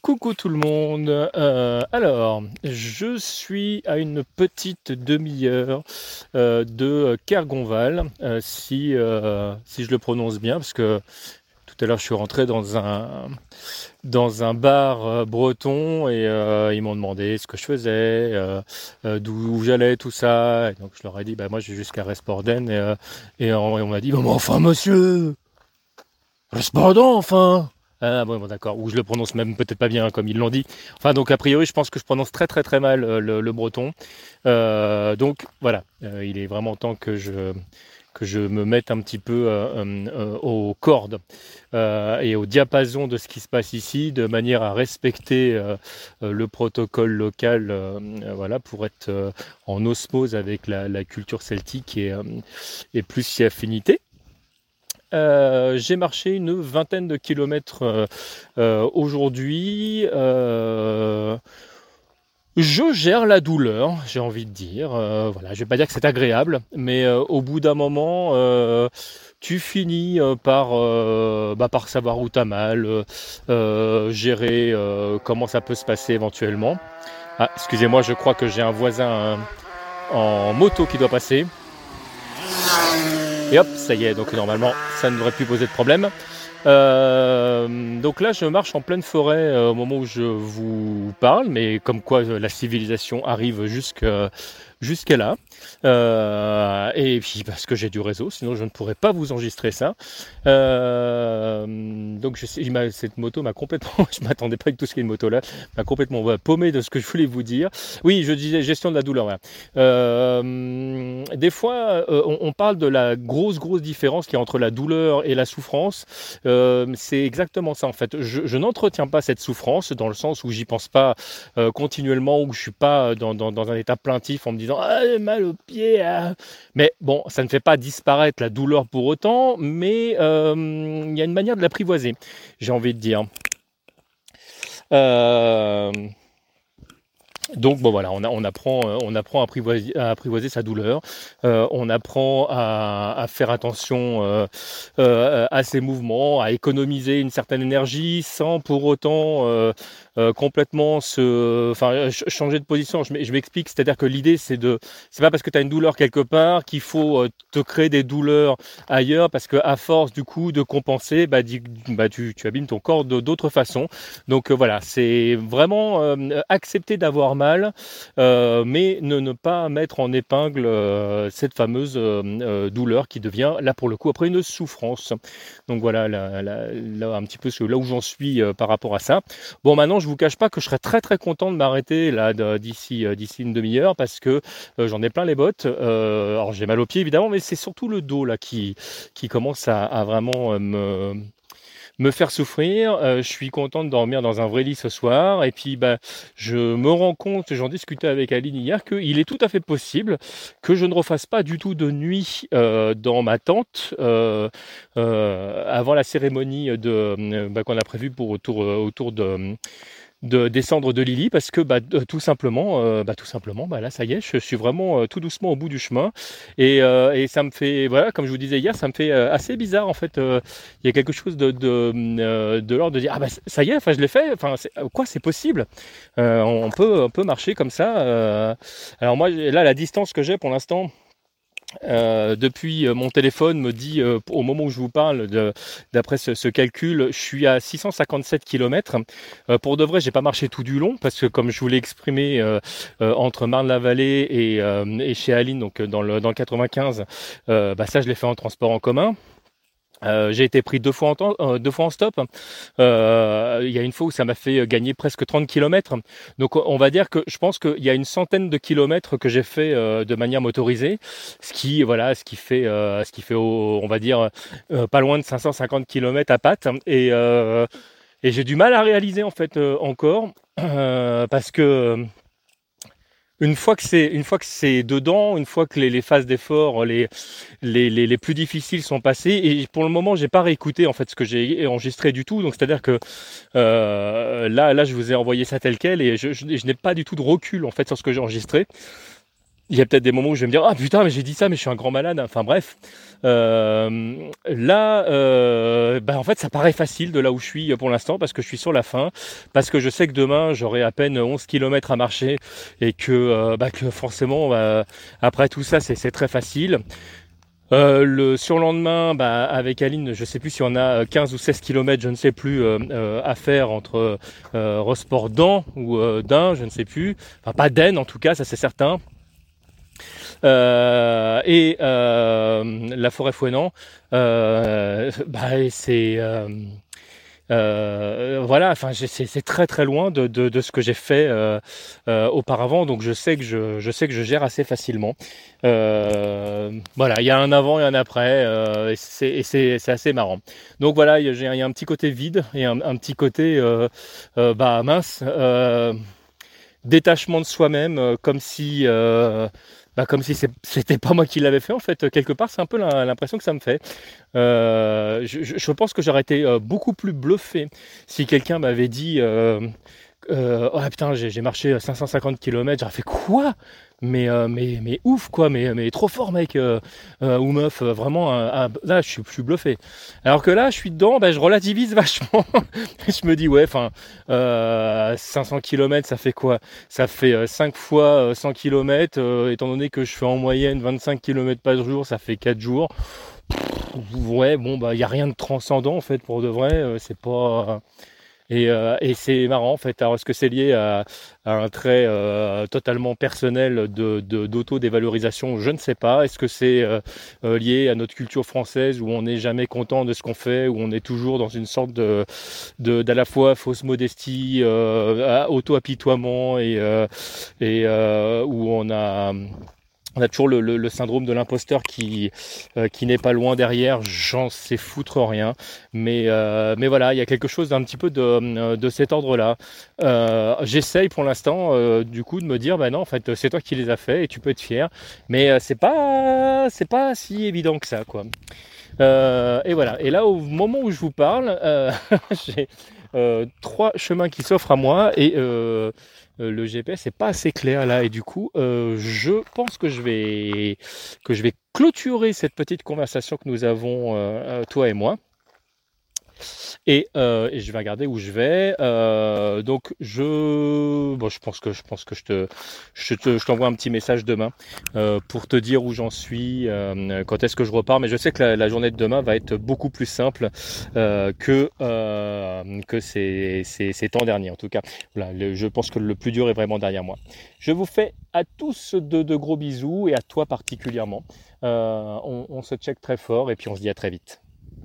Coucou tout le monde. Alors, je suis à une petite demi-heure de Kergonval, si je le prononce bien, parce que tout à l'heure je suis rentré dans un bar breton et ils m'ont demandé ce que je faisais, d'où j'allais, tout ça. Et donc je leur ai dit, bah moi je vais jusqu'à Resporden et on m'a dit, bon, mais enfin monsieur, Resporden enfin. Ah bon, d'accord. Ou je le prononce même peut-être pas bien comme ils l'ont dit. Enfin donc a priori je pense que je prononce très très très mal le breton. Donc voilà, il est vraiment temps que je me mette un petit peu aux cordes et au diapason de ce qui se passe ici, de manière à respecter le protocole local, voilà, pour être en osmose avec la culture celtique et plus si affinité. J'ai marché une vingtaine de kilomètres aujourd'hui. Je gère la douleur, j'ai envie de dire. Voilà, je vais pas dire que c'est agréable, mais au bout d'un moment, tu finis par savoir où t'as mal, gérer comment ça peut se passer éventuellement. Ah, excusez-moi, je crois que j'ai un voisin en moto qui doit passer. Et hop, ça y est, donc normalement, ça ne devrait plus poser de problème. Donc là, je marche en pleine forêt au moment où je vous parle, mais comme quoi la civilisation arrive jusqu'à là. Et puis parce que j'ai du réseau, sinon je ne pourrais pas vous enregistrer ça. Donc cette moto m'a complètement, je m'attendais pas avec tout ce qui est une moto là, m'a complètement paumé de ce que je voulais vous dire. Oui, je disais gestion de la douleur. Voilà. Des fois, on parle de la grosse différence qu'il y a entre la douleur et la souffrance. C'est exactement ça en fait. Je n'entretiens pas cette souffrance dans le sens où j'y pense pas continuellement, où je suis pas dans un état plaintif en me disant ah, j'ai mal au pied. Ah. Mais bon, ça ne fait pas disparaître la douleur pour autant, mais il y a une manière de l'apprivoiser, j'ai envie de dire. Donc bon voilà, on apprend à apprivoiser sa douleur, on apprend à faire attention à ses mouvements, à économiser une certaine énergie sans pour autant complètement changer de position. Je m'explique, c'est-à-dire que l'idée c'est pas parce que tu as une douleur quelque part qu'il faut te créer des douleurs ailleurs, parce que à force du coup de compenser, tu abîmes ton corps d'autres façons. Donc voilà, c'est vraiment accepter d'avoir mal, mais ne pas mettre en épingle cette fameuse douleur qui devient, là pour le coup, après une souffrance. Donc voilà, là un petit peu là où j'en suis par rapport à ça. Bon, maintenant, je vous cache pas que je serais très très content de m'arrêter là d'ici une demi-heure parce que j'en ai plein les bottes. Alors j'ai mal aux pieds évidemment, mais c'est surtout le dos là qui commence à vraiment me faire souffrir. Je suis content de dormir dans un vrai lit ce soir. Et puis, je me rends compte, j'en discutais avec Aline hier, qu'il est tout à fait possible que je ne refasse pas du tout de nuit dans ma tente avant la cérémonie qu'on a prévue pour autour de descendre de Lily, parce que tout simplement, là ça y est, je suis vraiment tout doucement au bout du chemin et ça me fait, voilà, comme je vous disais hier, ça me fait assez bizarre en fait. Il y a quelque chose de l'ordre de dire ah ça y est, enfin je l'ai fait, enfin quoi, c'est possible. On peut marcher comme ça. Alors moi là, la distance que j'ai pour l'instant depuis mon téléphone me dit au moment où je vous parle, d'après ce calcul, je suis à 657 km. Pour de vrai, j'ai pas marché tout du long parce que comme je vous l'ai exprimé entre Marne-la-Vallée et chez Aline, donc dans le 95, ça je l'ai fait en transport en commun. J'ai été pris deux fois en stop. Il y a une fois où ça m'a fait gagner presque 30 km. Donc on va dire que je pense qu'il y a une centaine de kilomètres que j'ai fait de manière motorisée, ce qui fait on va dire pas loin de 550 km à pattes. Et j'ai du mal à réaliser en fait encore parce que une fois que c'est dedans, une fois que les phases d'effort, les plus difficiles sont passées, et pour le moment, j'ai pas réécouté en fait ce que j'ai enregistré du tout. Donc c'est-à-dire que là, je vous ai envoyé ça tel quel, et je n'ai pas du tout de recul en fait sur ce que j'ai enregistré. Il y a peut-être des moments où je vais me dire ah putain mais j'ai dit ça mais je suis un grand malade. Enfin bref, là, en fait ça paraît facile de là où je suis pour l'instant parce que je suis sur la fin, parce que je sais que demain j'aurai à peine 11 kilomètres à marcher et que forcément après tout ça c'est très facile. Le surlendemain, avec Aline, je sais plus si on a 15 ou 16 kilomètres, je ne sais plus, à faire entre Rosport-Dain ou Dain, je ne sais plus. Enfin, pas d'Aisne en tout cas, ça c'est certain. Et la forêt Fouesnant, c'est voilà, enfin c'est très très loin de ce que j'ai fait auparavant, donc je sais que je gère assez facilement. Voilà, il y a un avant et un après, et c'est assez marrant. Donc voilà, il y a un petit côté vide et un petit côté mince. Détachement de soi-même, comme si c'était pas moi qui l'avais fait en fait. Quelque part, c'est un peu l'impression que ça me fait. Je pense que j'aurais été beaucoup plus bluffé si quelqu'un m'avait dit oh putain, j'ai marché 550 km, j'aurais fait quoi? Mais ouf quoi, mais trop fort mec ou meuf, vraiment là je suis bluffé. Alors que là je suis dedans, je relativise vachement. Je me dis ouais, enfin 500 km ça fait quoi? Ça fait 5 fois 100 km, étant donné que je fais en moyenne 25 km par jour, ça fait 4 jours. Ouais bon il y a rien de transcendant en fait pour de vrai, c'est pas et c'est marrant en fait. Alors est-ce que c'est lié à un trait totalement personnel d'auto-dévalorisation? Je ne sais pas. Est-ce que c'est lié à notre culture française où on n'est jamais content de ce qu'on fait, où on est toujours dans une sorte d'à la fois fausse modestie, auto-apitoiement et où on a toujours le syndrome de l'imposteur qui n'est pas loin derrière, j'en sais foutre rien. Mais voilà, il y a quelque chose d'un petit peu de cet ordre-là. J'essaye pour l'instant, du coup, de me dire, non, en fait, c'est toi qui les as fait et tu peux être fier. Mais c'est pas si évident que ça, quoi. Et voilà. Et là, au moment où je vous parle, j'ai 3 chemins qui s'offrent à moi et le GPS n'est pas assez clair là. Et du coup, je pense que je vais clôturer cette petite conversation que nous avons, toi et moi. Et je vais regarder où je vais. Donc je pense que je t'envoie un petit message demain pour te dire où j'en suis, quand est-ce que je repars. Mais je sais que la journée de demain va être beaucoup plus simple que ces temps derniers. En tout cas, voilà, je pense que le plus dur est vraiment derrière moi. Je vous fais à tous de gros bisous et à toi particulièrement. On se check très fort et puis on se dit à très vite.